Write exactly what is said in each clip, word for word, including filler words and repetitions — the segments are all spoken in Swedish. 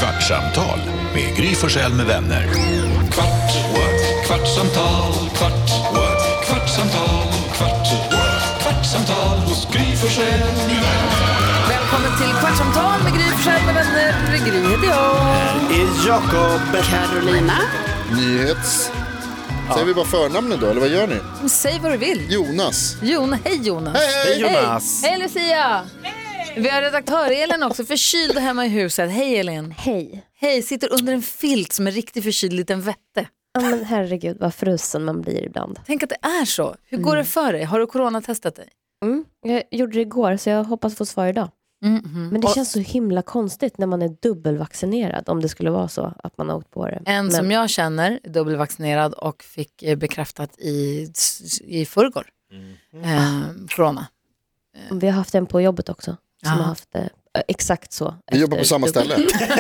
Kvartsamtal med Gry Forssell med vänner. Kvart, what? Kvartsamtal, kvart, what? Kvartsamtal, kvart, what? Kvartsamtal hos Gry Forssell med vänner. Välkommen till Kvartsamtal med Gry Forssell med vänner. Gry heter jag. Är Jakob. Carolina. Nyhets. Ja. Säger vi bara förnamnet då, eller vad gör ni? Säg vad du vill. Jonas. Jonas, hej Jonas. Hej, hej. Hej Jonas. Hej, hej Lucia. Hej. Vi har redaktör Elin också, förkyld hemma i huset. Hej Elin. Hej. Hej, sitter under en filt som är riktigt förkyld, liten vätte. Ja men herregud vad frusen man blir ibland. Tänk att det är så. Hur går det för dig? Har du coronatestat dig? Mm. Jag gjorde det igår så jag hoppas få svar idag. Mm-hmm. Men det och, känns så himla konstigt när man är dubbelvaccinerad, om det skulle vara så att man har åkt på det. En Men... som jag känner är dubbelvaccinerad och fick bekräftat i, i förrgår. Mm. Eh, corona. Eh. Vi har haft en på jobbet också. Som ja. har haft det eh, exakt så. Vi jobbar på samma ställe.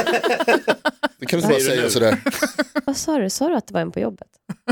Det kan du bara säga sådär. Vad sa du? Sa du att det var en på jobbet?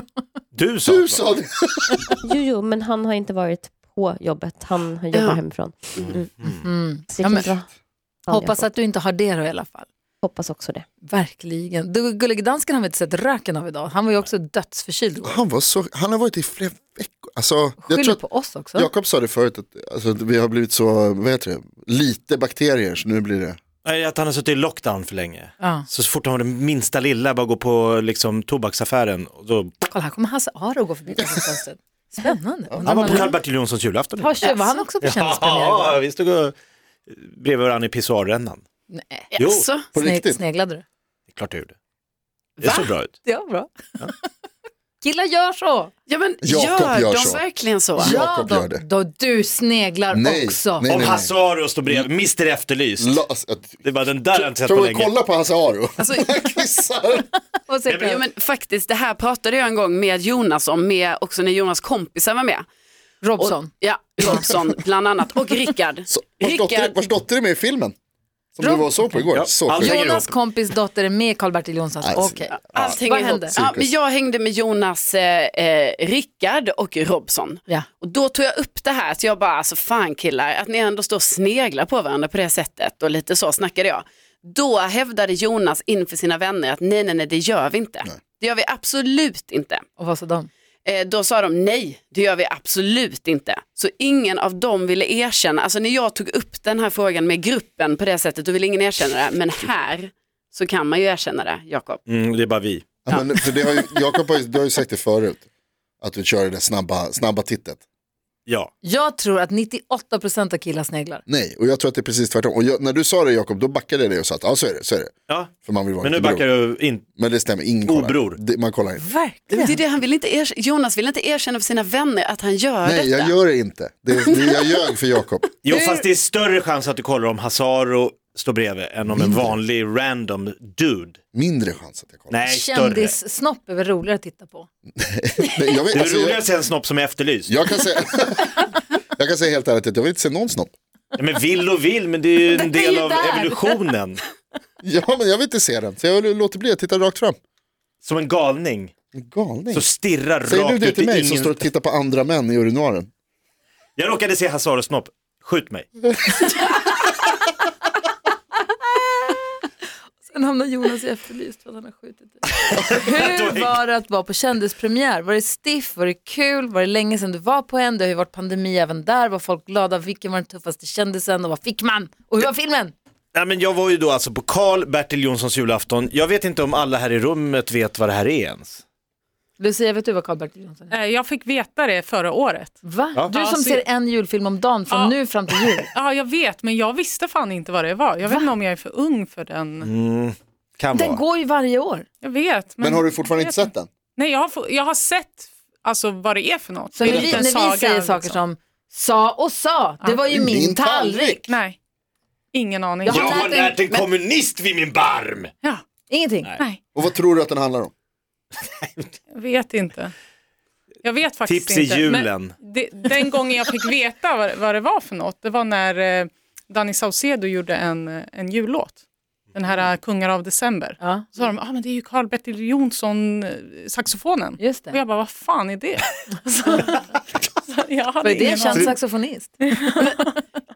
Du sa, du sa det. Jo, jo, men han har inte varit på jobbet. Han har jobbat ja. hemifrån. Mm. Mm. Mm. Så ja, men, va? hoppas att du inte har det då i alla fall. Hoppas också det. Verkligen. Du, Gullige Dansken har vi inte sett röken av idag. Han var ju också dödsförkyld. Han var så, han har varit i flera veckor. Alltså, Skyller jag tror på oss också. Jakob sa det förut att alltså, vi har blivit så, vad heter det, lite bakterier så nu blir det. Nej, att han har suttit i lockdown för länge. Ja. Så, så fort han har det minsta lilla bara gå på liksom tobaksaffären och då... Kolla, här kommer Hasse Aro gå förbi. Spännande. Ja. Han var på Karl-Bertil Jonssons julafton. Har var han också på kändispremiär? Ja, vi stod och bredvid varandra i pissoarrännan. Nej, jo, alltså, på Sne- riktigt. Sneglade du? Det är klart du gjorde. Det är så bra ut. Ja, bra. Ja. Killar gör så. Ja, men Jakob gör, gör de så. verkligen så? Ja, Jakob då, gör det. då du sneglar Nej, också. nej, Om nej. Hasse Aro står bredvid, mister Efterlyst. La, alltså, Det är bara den där har jag inte sett tror på vi länge. kolla på Hasse Aro? Alltså, Kissar. Och så, Ja, men- jo, men faktiskt, det här pratade jag en gång med Jonas om, med, också när Jonas kompisar var med. Robson. Och, ja, Robson bland annat. Och Rickard. Så, vars, dotter, Rickard. vars dotter är med i filmen? Som Rob- du var så på igår. Ja, Så allt sjukt. hänger Jonas ihop. kompis dotter är med Karl-Bertil Jonssons. Alltså, Okej. ja. Allt Vad hänger hände? ihop. Ja, men jag hängde med Jonas, eh, eh, Rickard och Robson. Ja. Och då tog jag upp det här, så jag bara, alltså fan killar, att ni ändå står och sneglar på varandra på det sättet. Och lite så snackade jag. Då hävdade Jonas inför sina vänner att nej, nej, nej, det gör vi inte. Nej. Det gör vi absolut inte. Och vad sa de? Eh, då sa de nej, det gör vi absolut inte. Så ingen av dem ville erkänna, alltså när jag tog upp den här frågan med gruppen på det sättet, då ville ingen erkänna det. Men här så kan man ju erkänna det, Jakob. Mm, det är bara vi. Ja, men, för det har ju, Jakob har ju, du har ju sagt det förut. Att du kör det snabba, snabba tittet. Ja. Jag tror att nittioåtta procent av killar sneglar. Nej, och jag tror att det är precis tvärtom. Och jag, när du sa det Jakob, då backade jag det och sa att ja så är det, så är det. Ja. För man vill vara Men nu lite backar bror. du in. Men det stämmer, ingen kollar. Obror. Det, man kollar inte. Verkligen. Det är det han vill inte erk- Jonas vill inte erkänna för sina vänner att han gör Nej, detta. jag gör det inte. Det, det, jag ljög för Jakob. Jo, fast det är större chans att du kollar om Hasse Aro står bredvid än om en vanlig random dude. Mindre chans att jag kollar. Nej, större. Kändissnopp är väl roligare att titta på. Nej, jag, vet, Det är alltså, roligare jag, att se en snopp som är efterlyst. jag, kan säga, jag kan säga helt ärligt att jag vill inte se någon snopp. Ja, men vill och vill, men det är ju en Det är del ju av där. evolutionen. Ja, men jag vill inte se den. Så jag låter bli att titta rakt fram. Som en galning. En galning. Så stirrar Säger rakt du det ut till i mig ingen... som står och tittar på andra män i urinoaren? Jag råkade se Hasse Aro snopp. Skjut mig. Sen hamnar Jonas i Efterlyst för att han har skjutit det. Hur var det att vara på kändispremiär? Var det stiff? Var det kul? Var det länge sedan du var på en? Det har ju varit pandemi även där. Var folk glada? Vilken var den tuffaste kändisen? Och vad fick man? Och hur var filmen? Ja, men jag var ju då alltså på Karl-Bertil Jonssons julafton. Jag vet inte om alla här i rummet vet vad det här är ens. Lucia, vet du vad Karl-Bertil Jonsson är? Eh, Jag fick veta det förra året. Va? Ja. Du som Ja, så- ser en julfilm om dagen från Ja. nu fram till jul. Ja, jag vet, men jag visste fan inte vad det var. Jag vet inte om jag är för ung för den. Mm, kan Den vara. går ju varje år. Jag vet. Men, Men har du fortfarande jag inte vet sett den? Nej, jag har, få- jag har sett alltså, vad det är för något. Så när En vi, liten när vi saga, säger saker liksom. som sa och sa, det Ja. var ju Min min tallrik. tallrik. Nej, ingen aning. Jag Jag har har lärt en- lärt en kommunist vid min barm. Ja, Ingenting. Nej. nej, Och vad tror du att den handlar om? jag vet inte. Jag vet faktiskt Tips i inte. julen. Men det, den gången jag fick veta vad, vad det var för något, det var när eh, Danny Saucedo gjorde en, en jullåt. Den här Kungar av december. Ja, Så sa de, ah, men det är ju Karl-Bertil Jonsson, eh, saxofonen. just Och det. jag bara, vad fan är det? så, så jag hade Vad är det? ingen Känd aning. saxofonist?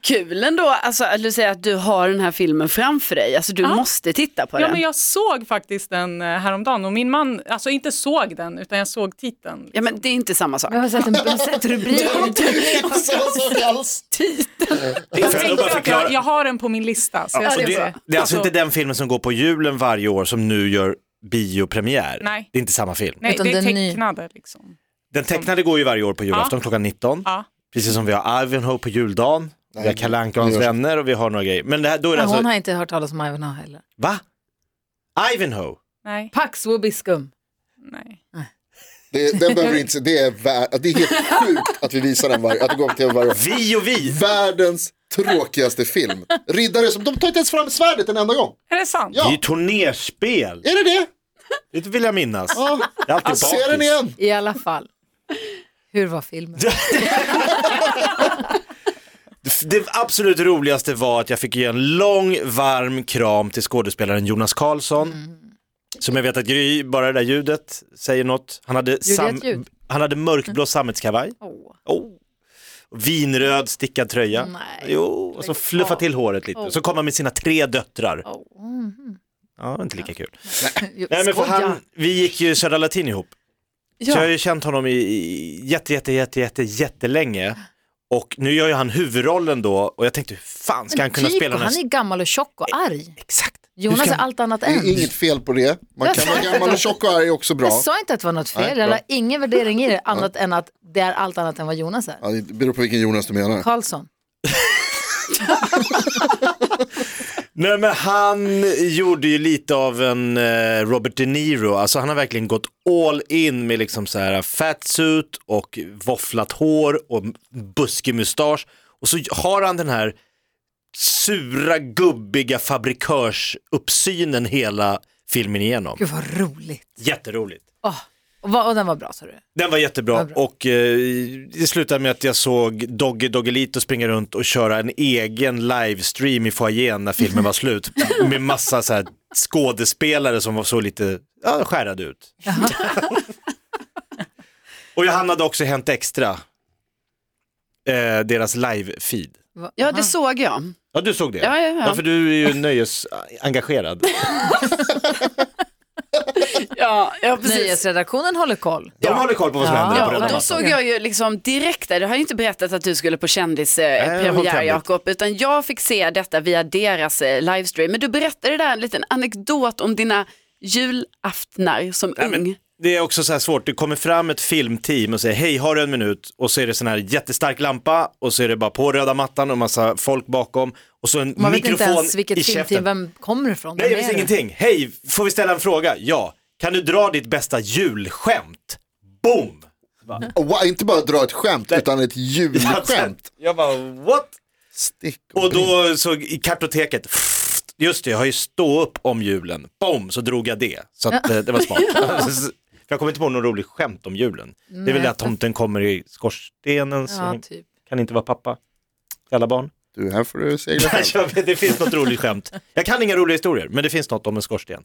kul ändå, alltså, att du säger att du har den här filmen framför dig. Alltså du Ja. måste titta på Ja, den. men jag såg faktiskt den eh, häromdagen och min man, alltså inte såg den utan jag såg titeln. Liksom. Ja, men det är inte samma sak. Jag har sett, en, jag har sett rubriken. Inte samma sak alls. Det är för att bara förklara. Jag, jag har den på min lista. Så jag Och ska det, se. det är alltså inte den filmen som går på julen varje år som nu gör biopremiär. Nej. Det är inte samma film. Nej, Utan det är den ny- tecknade liksom. Den tecknade går ju varje år på julafton Ja. klockan nitton. Ja. Precis som vi har Ivanhoe på juldagen. Vi har Kalle Anka och hans det gör så. vänner och vi har några grejer. Men det här, då är det Men alltså... hon har inte hört talas om Ivanhoe heller. Va? Ivanhoe? Nej, Pax Wobiskum. nej. Det, den behöver inte se, det är, vär, det är helt sjukt att vi visar den varje, att det går till varje Vi och vi! världens tråkigaste film. Riddare som, de tar inte ens fram svärdet en enda gång. Är det sant? Det är ju Ja, turnerspel. är det det? Det vill jag minnas. Ja, Jag är alltid se den bakis. igen. I alla fall. Hur var filmen? Det absolut roligaste var att jag fick ge en lång, varm kram till skådespelaren Jonas Karlsson. Mm. Som jag vet att Gry, bara det där ljudet säger något. Han hade, sam- ett ljud? han hade mörkblå sammetskavaj. Åh. Oh. Vinröd stickad tröja. Nej. Jo, och så fluffa till håret lite. Så kom han med sina tre döttrar. Oh. Ja, inte lika kul. Jo, Nej, men för skoja. han, vi gick ju Södra Latin ihop. Så jag har ju känt honom i, i jätte, jätte, jätte, jätte, jättelänge. Och nu gör ju han huvudrollen då. Och jag tänkte, hur fan ska han kunna Tyko, spela den här... han är gammal och tjock och arg. Exakt. Jonas Hur ska är allt annat Det är än. inget fel på det. Man kan vara gammal och tjock och arg också bra. Jag sa inte att det var något fel. Nej, Jag bra. la ingen värdering i det annat än att det är allt annat än vad Jonas är. Ja, det beror på vilken Jonas du menar. Karlsson. Nej, men han gjorde ju lite av en eh, Robert De Niro. Alltså han har verkligen gått all in med liksom så här fatsuit och våfflat hår och buskig mustasch. Och så har han den här sura, gubbiga fabrikörsuppsynen hela filmen igenom. Gud vad roligt. Jätteroligt. Oh. Och, vad, och den var bra, sa du? Den var jättebra Vad bra. och eh, det slutade med att jag såg Doggy Doggelito springa runt och köra en egen livestream i foajén när filmen var slut med massa så här skådespelare som var så lite ja, skärade ut. Och jag hade också Hänt Extra, eh, deras live-feed. Va- Ja, Aha. det såg jag. Ja, du såg det? Ja, ja, ja. För du är ju nöjesengagerad. Ja, ja precis. Nöjesredaktionen håller koll. De håller koll på vad som Ja, händer ja, på den Ja, och då dagen. såg jag ju liksom direkt där, du har ju inte berättat att du skulle på Nej, jag har kändispremiär hållit hemligt. Jakob, utan jag fick se detta via deras eh, livestream. Men du berättade där en liten anekdot om dina julaftnar som Nej, ung. men det är också så här svårt, det kommer fram ett filmteam och säger hej, har du en minut? Och så är det sån här jättestark lampa och så är det bara på röda mattan och massa folk bakom och så en Man vet mikrofon inte ens i vilket käften. filmteam, vem kommer ifrån? Nej, jag Vem visste är det? ingenting. Hej, får vi ställa en fråga? Ja. Kan du dra ditt bästa julskämt? Boom! Och wow, inte bara dra ett skämt utan ett julskämt. Jag bara, what? Stick Och brinn. då så i kartoteket, just det, jag har ju stå upp om julen. Boom, så drog jag det. Så att, eh, det var smart. För jag kommer inte på någon rolig skämt om julen. Det är väl Nej. att tomten kommer i skorstenen, så Ja, typ. kan inte vara pappa till alla barn. Du, här får du segla själv. Jag vet, det finns något roligt skämt. Jag kan inga roliga historier, men det finns något om en skorsten.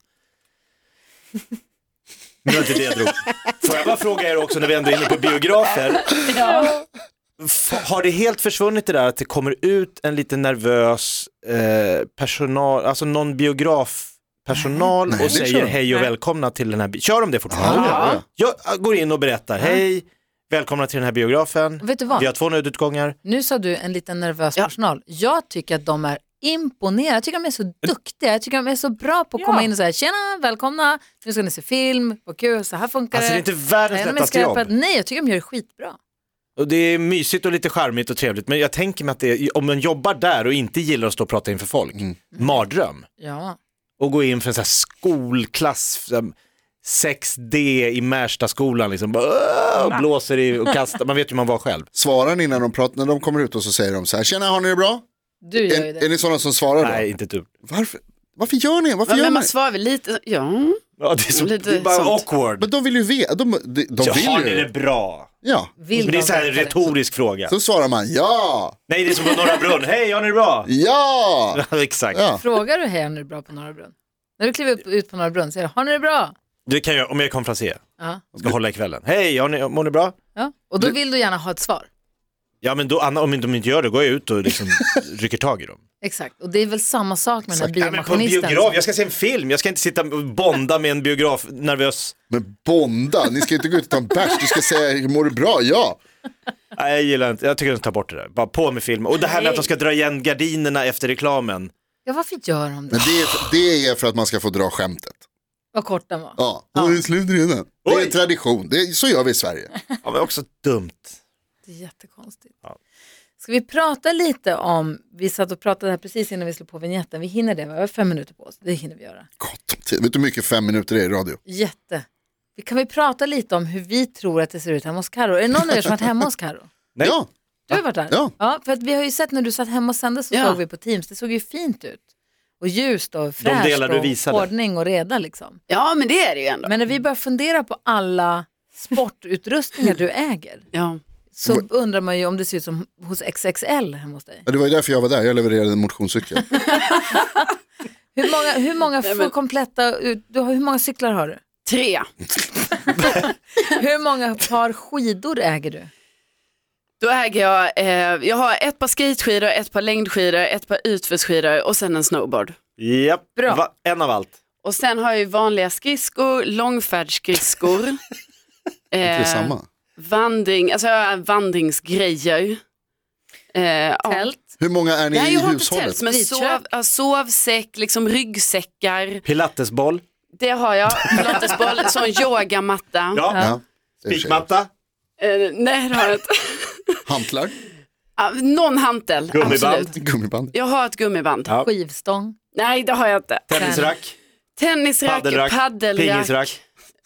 Men det var inte det jag drog. Får jag bara fråga er också när vi ändå är inne på biografer. F- Har det helt försvunnit det där att det kommer ut en lite nervös eh, personal, alltså någon biografpersonal Nej, och det kör säger de. hej och Nej. välkomna till den här bi- Kör de det fortfarande? Ja, ja. Jag går in och berättar, hej, välkomna till den här biografen. Vet du vad? Vi har två nödutgångar. Nu sa du en liten nervös personal. Jag tycker att de är imponerande. Jag tycker de är så duktiga. Jag tycker de är så bra på att Ja. komma in och säga tjena, välkomna, nu ska ni se film, vad kul, så här funkar Alltså det är det. inte världens Nej, de är lättaste jobb. skräpet. Nej, jag tycker de gör det skitbra. Och det är mysigt och lite charmigt och trevligt. Men jag tänker mig att det är, om man jobbar där och inte gillar att stå och prata inför folk, mardröm. Ja. Och gå in för en sån här skolklass, som sex D i Märstaskolan liksom, bara, "Åh", och blåser i och kastar. Man vet ju man var själv. Svarar ni när de, pratar, när de kommer ut och så säger de så här, tjena, har ni det bra? Du gör ju Är, det. är ni sådana som svarar då? Nej, inte du. Varför, varför gör ni? Varför Ja, gör men ni? man svarar väl lite, ja. Ja, det är, så, Lite det är bara sånt. awkward. Men de vill ju veta, de, de, de Så vill har ni ju. det bra? Ja, Vill Men det är de så här en veta det? retorisk fråga. så svarar man ja, Nej, det är som på Norra Brunn. Hej, har ni det bra? ja. Ja, exakt. Ja. Frågar du hej, har ni det bra på Norra Brunn? När du kliver upp, ut på Norra Brunn säger du, har ni det bra? Det kan jag, om jag är konferencier. Ja. Ska hålla i kvällen. Hej, har ni, mår ni bra? Ja. Och då vill du gärna ha ett svar. Ja, men då, Anna, om de inte gör det, går jag ut och liksom rycker tag i dem. Exakt, och det är väl samma sak med den här Ja, men på en biomaskinisten. biograf, jag ska se en film, jag ska inte sitta och bonda med en biograf nervös. Men bonda, ni ska inte gå ut och ta en bärs, du ska säga, mår du bra? Ja. Nej, jag gillar inte, jag tycker att de tar bort det där. Bara på med film. Och det här med att de ska dra igen gardinerna efter reklamen. Ja, varför gör de det? Men det är, det är för att man ska få dra skämtet. Vad kort den var. Ja, och det är slut redan. Det är Oj. en tradition, det är, så gör vi i Sverige. Ja, men också dumt. Det är jättekonstigt. Ja. Ska vi prata lite om, vi satt och pratade här precis innan vi slog på vignetten. Vi hinner det, vi har fem minuter på oss. Det hinner vi göra. Gott om tid. Vet du hur mycket fem minuter är i radio? Jätte. Vi kan vi prata lite om hur vi tror att det ser ut hemma hos Karo. Är det någon av er som har varit hemma hos Karo? Nej. Ja, Du har varit där? Ja. Ja, för att vi har ju sett när du satt hemma och sände så Ja. såg vi på Teams. Det såg ju fint ut. Och ljust och delar fräscht du och visade. ordning och reda liksom. Ja, men det är det ju ändå. Men när vi börjar fundera på alla sportutrustningar du äger Ja. så undrar man ju om det ser ut som hos X X L hemma hos dig. det var ju därför jag var där, jag levererade en motionscykel. Hur många, hur många Nej, får men- kompletta, du har, hur många cyklar har du? Tre. Hur många par skidor äger du? Då äger jag, eh, jag har ett par skateskidor, ett par längdskidor, ett par utförsskidor och sen en snowboard. Japp, Bra. Va, en av allt. Och sen har jag ju vanliga skridskor, långfärdsskridskor. Inte det samma. Vandring, alltså jag har vandringsgrejer. Eh, ja. Tält? Hur många är ni Nej, i jag har inte hushållet? tält, men Spritköp. sov, ja, sovsäck, liksom ryggsäckar. Pilatesboll. Det har jag. Pilatesboll, sån yogamatta. Ja. Ja, det är Spikmatta. Eh, nej, det har jag inte. hantlar, Ah, någon hantel, Gummiband. absolut. gummiband. Jag har ett gummiband. Ja. Skivstång? Nej, det har jag inte. Tennisrack. Tennisrack, Paddelrack. paddelrack. Pingisrack.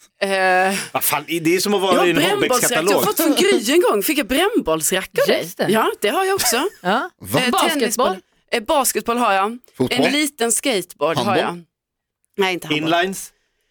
Eh, Vad fan, det är som att jag vara har i en brännbollsrack. Jag har Hobbex-katalog. fått från Gry en gång. Fick jag brännbollsrack av dig? Just det. Ja, det har jag också. Ja. Va? Eh, Basketboll? tennisboll. Eh, basketboll har jag. Fotboll? En liten skateboard Handboll? har jag. Nej, inte handboll. Inlines.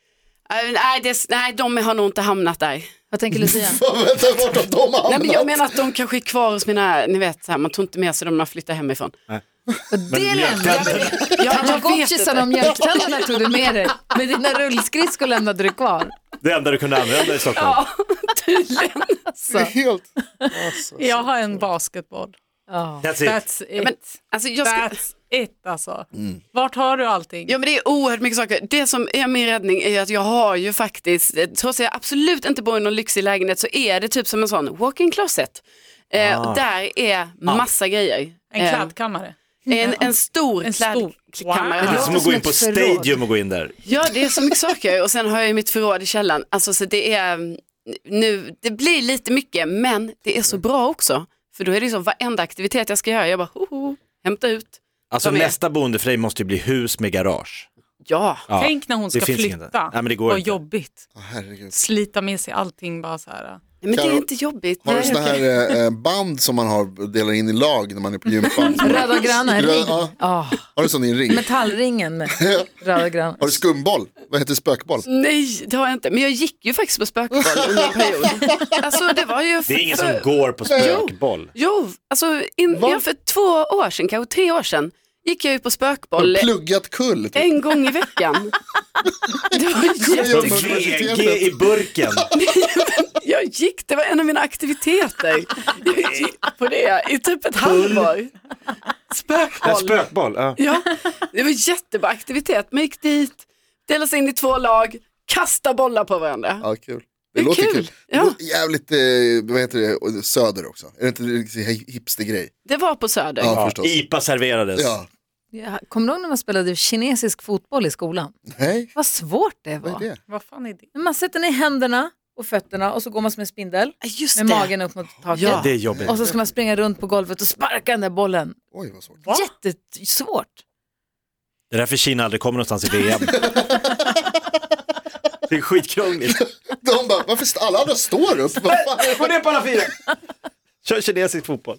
Eh, nej, det, nej, de har nog inte hamnat där. Vad tänker Lucia? Vänta, vart har de hamnat? Nej, men jag menar att de kanske är kvar hos mina, ni vet, så här, man tog inte med sig dem när man flyttar hemifrån. Och det lämnade Ja, jag vet Tamagotchisarna och inte. mjölktänderna tog du med dig. Men dina rullskridskor lämnade du kvar. Det enda du kunde använda i Stockholm. Ja, tydligen. Så. Det är helt... Alltså, Jag har en basketboll. Ja. That's it. That's it. Men, alltså, jag ska... That's it alltså. Vart har du allting? Ja, men det är oerhört mycket saker. Det som är min räddning är att jag har ju faktiskt, eh, trots att jag absolut inte bor i någon lyxig lägenhet, så är det typ som en sån walk-in closet. Eh, Ah. och där är massa grejer. En Eh, klädkammare. En, en stor En stor. klädkammare. Det är Wow. som att gå in på Som ett förråd. Stadium och gå in där. Ja, det är så mycket saker. Och sen har jag ju mitt förråd i källaren. Alltså, så det är nu, det blir lite mycket, men det är så bra också. För då är det liksom varenda aktivitet jag ska göra, jag bara, ho, ho, hämta ut. Alltså Ta med. nästa boende för dig måste ju bli hus med garage. Ja, Ja, Tänk när hon det ska finns flytta. inget. Nej, men det går Vad inte. jobbigt. Åh, herregud. Slita med sig allting bara så här. men det är Karo, inte jobbigt. Har du Nej, såna okej. här eh, band som man har delar in i lag när man är på gympan? Röda och gröna, en Röd- ring. ja. Ja. Har du sån i en ring? Metallringen med röda och gröna. Har du skumboll? Vad heter spökboll? Nej, det har jag inte. Men jag gick ju faktiskt på spökboll under en period. Alltså det var ju... Det är ingen för- som går på spökboll. Jo, alltså in, Va? ja, för två år sedan, kanske tre år sedan, gick jag ju på Har spökboll du pluggat kull? Typ? en gång i veckan. Det var jättekul. V G i burken. Jag gick, det var en av mina aktiviteter. Jag gick på det i typ ett halvår. Ja, Spökboll. spökboll. Ja. Ja, det var jättebra aktivitet. Man gick dit, delade sig in i två lag, kasta bollar på varandra. Ja, kul. Det är låter kul. kul. Det Ja. låter jävligt, eh, vad heter det, söder också. Är det inte en hipster-grej? Det var på Söder. Ja, Ja, förstås. I P A serverades. Ja. Ja, kommer du ihåg när man spelade kinesisk fotboll i skolan? Nej, Vad svårt det vad var. är det? Vad fan är det? Men man sätter ner händerna och fötterna och så går man som en spindel Ja, Just med det. magen upp mot taket. Ja. Det är jobbigt. Och så ska man springa runt på golvet och sparka den där bollen. Oj, vad svårt. Jättesvårt. Det är därför Kina aldrig kommer någonstans i V M. Det är skitkrångligt. De bara, varför st- alla andra står upp? Vad fan? Få ner på alla fyra. Kör kinesisk fotboll.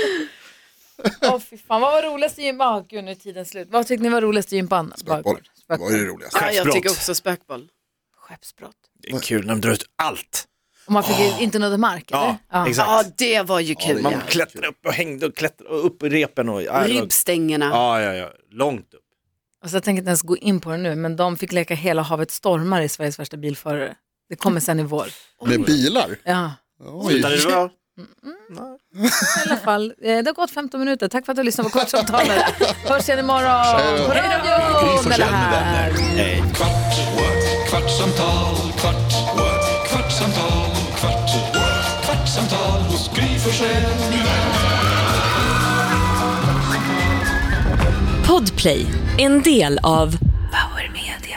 Åh fy fan, vad var roligast i gympan? Oh, gud, nu är tiden slut. Vad tyckte ni var roligast i gympan? Spökboll. Det var ju det roligaste. Ja, jag Skeppsbrott. tycker också spökboll. Skeppsbrott. Det är kul när de drar ut allt. Och man fick oh. inte nådda mark, Ja, eller? Ja. exakt. Ja, det var ju kul. Man Ja. klättrar upp och hängde och klättrade upp i repen. Och, ja, Ribbstängerna. ja, ja, ja. Långt upp. Alltså, jag tänker inte ens gå in på det nu, men de fick leka hela havet stormar i Sveriges värsta bilförare. Det kommer sen i vår. Med bilar? Ja. Oj. Slutade det bra? I alla fall, det har gått femton minuter. Tack för att du lyssnade på Kvartsamtalet. Hörs igen imorgon på radio med det här. Hej. Kvart, what? Kvartsamtal, kvart, what? Kvartsamtal, kvart, what? Kvartsamtal hos Gry Forssell med vänner. Podplay, en del av Power Media.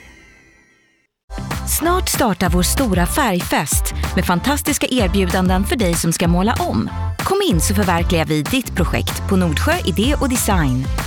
Snart startar vår stora färgfest med fantastiska erbjudanden för dig som ska måla om. Kom in så förverkligar vi ditt projekt på Nordsjö Idé och Design.